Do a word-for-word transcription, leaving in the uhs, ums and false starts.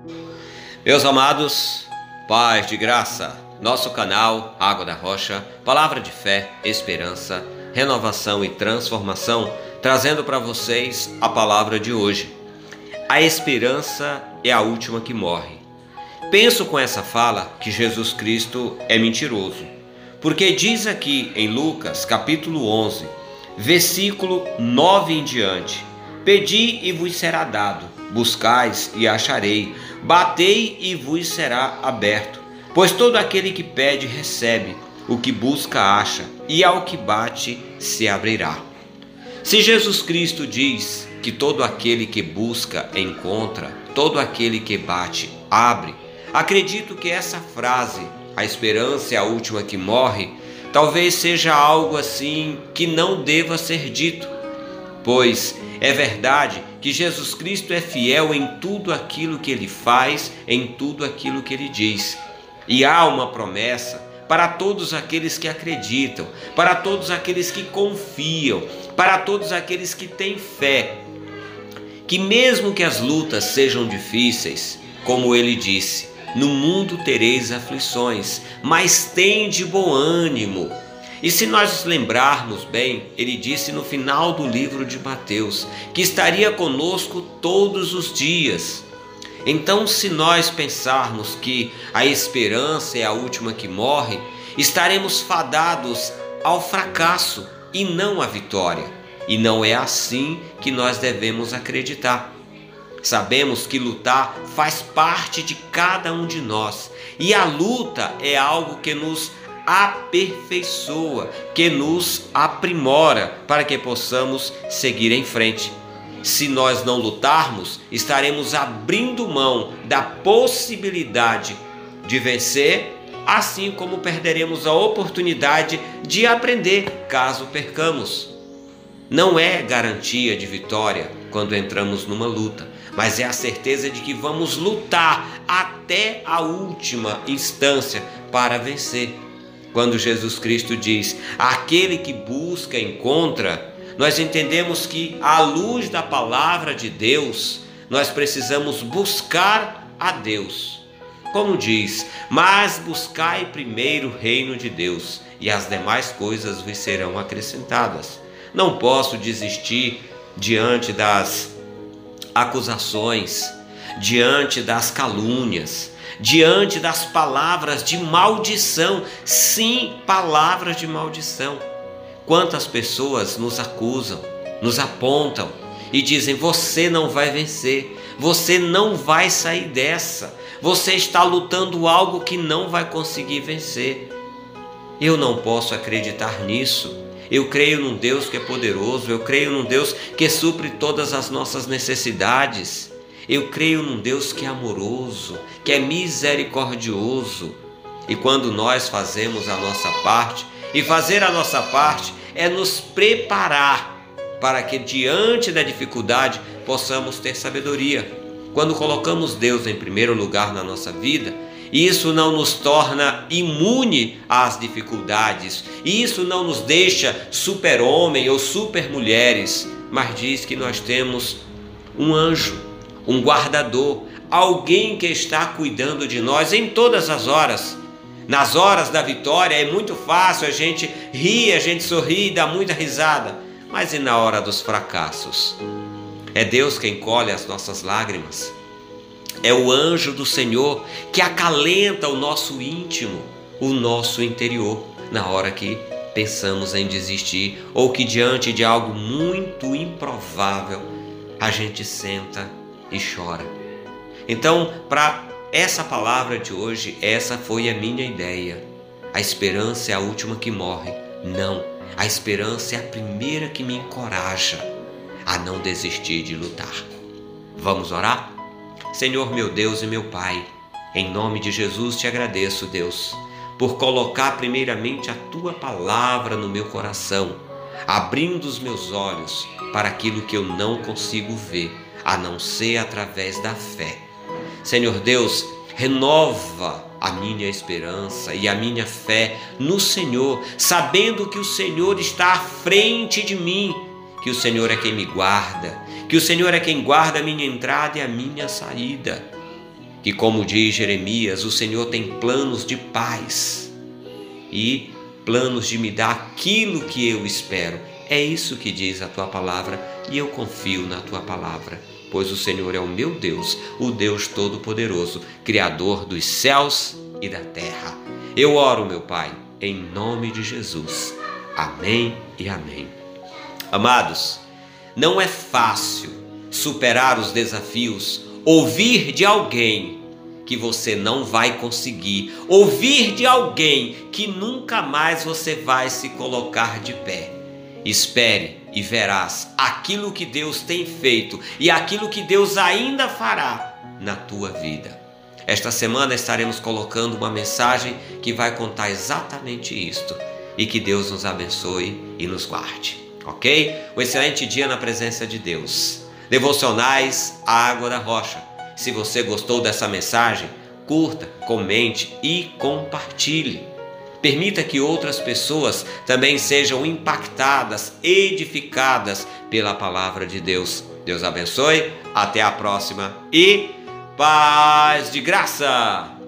Meus amados, paz de graça, nosso canal Água da Rocha, palavra de fé, esperança, renovação e transformação, trazendo para vocês a palavra de hoje. A esperança é a última que morre. Penso com essa fala que Jesus Cristo é mentiroso, porque diz aqui em Lucas capítulo onze, versículo nove em diante: Pedi e vos será dado, buscais e acharei, batei e vos será aberto. Pois todo aquele que pede recebe, o que busca acha, e ao que bate se abrirá. Se Jesus Cristo diz que todo aquele que busca encontra, todo aquele que bate abre, acredito que essa frase, a esperança é a última que morre, talvez seja algo assim que não deva ser dito, pois é verdade que Jesus Cristo é fiel em tudo aquilo que Ele faz, em tudo aquilo que Ele diz. E há uma promessa para todos aqueles que acreditam, para todos aqueles que confiam, para todos aqueles que têm fé, que mesmo que as lutas sejam difíceis, como Ele disse, no mundo tereis aflições, mas tende bom ânimo. E se nós lembrarmos bem, Ele disse no final do livro de Mateus, que estaria conosco todos os dias. Então, se nós pensarmos que a esperança é a última que morre, estaremos fadados ao fracasso e não à vitória. E não é assim que nós devemos acreditar. Sabemos que lutar faz parte de cada um de nós, e a luta é algo que nos aperfeiçoa, que nos aprimora para que possamos seguir em frente. Se nós não lutarmos, estaremos abrindo mão da possibilidade de vencer, assim como perderemos a oportunidade de aprender caso percamos. Não é garantia de vitória quando entramos numa luta, mas é a certeza de que vamos lutar até a última instância para vencer. Quando Jesus Cristo diz, aquele que busca encontra, nós entendemos que, à luz da palavra de Deus, nós precisamos buscar a Deus. Como diz, mas buscai primeiro o reino de Deus, e as demais coisas vos serão acrescentadas. Não posso desistir diante das acusações, diante das calúnias, diante das palavras de maldição. Sim, palavras de maldição. Quantas pessoas nos acusam, nos apontam e dizem, você não vai vencer, você não vai sair dessa, você está lutando algo que não vai conseguir vencer. Eu não posso acreditar nisso. Eu creio num Deus que é poderoso, eu creio num Deus que supre todas as nossas necessidades. Eu creio num Deus que é amoroso, que é misericordioso. E quando nós fazemos a nossa parte, e fazer a nossa parte é nos preparar para que diante da dificuldade possamos ter sabedoria. Quando colocamos Deus em primeiro lugar na nossa vida, isso não nos torna imune às dificuldades, isso não nos deixa super-homem ou super-mulheres, mas diz que nós temos um anjo, um guardador, alguém que está cuidando de nós em todas as horas. Nas horas da vitória é muito fácil a gente rir, a gente sorrir e dar muita risada, mas e na hora dos fracassos? É Deus quem colhe as nossas lágrimas. É o anjo do Senhor que acalenta o nosso íntimo, o nosso interior, na hora que pensamos em desistir ou que diante de algo muito improvável a gente senta e chora. Então, para essa palavra de hoje, essa foi a minha ideia. A esperança é a última que morre. Não, a esperança é a primeira que me encoraja a não desistir de lutar. Vamos orar? Senhor meu Deus e meu Pai, em nome de Jesus te agradeço, Deus, por colocar primeiramente a Tua palavra no meu coração, abrindo os meus olhos para aquilo que eu não consigo ver, a não ser através da fé. Senhor Deus, renova a minha esperança e a minha fé no Senhor, sabendo que o Senhor está à frente de mim, que o Senhor é quem me guarda, que o Senhor é quem guarda a minha entrada e a minha saída, que, como diz Jeremias, o Senhor tem planos de paz e planos de me dar aquilo que eu espero. É isso que diz a tua palavra e eu confio na tua palavra, pois o Senhor é o meu Deus, o Deus Todo-Poderoso, Criador dos céus e da terra. Eu oro, meu Pai, em nome de Jesus. Amém e amém. Amados, não é fácil superar os desafios, ouvir de alguém que você não vai conseguir, ouvir de alguém que nunca mais você vai se colocar de pé. Espere e verás aquilo que Deus tem feito e aquilo que Deus ainda fará na tua vida. Esta semana estaremos colocando uma mensagem que vai contar exatamente isto, e que Deus nos abençoe e nos guarde, ok? Um excelente dia na presença de Deus. Devocionais Água da Rocha. Se você gostou dessa mensagem, curta, comente e compartilhe. Permita que outras pessoas também sejam impactadas, edificadas pela palavra de Deus. Deus abençoe, até a próxima e paz de graça!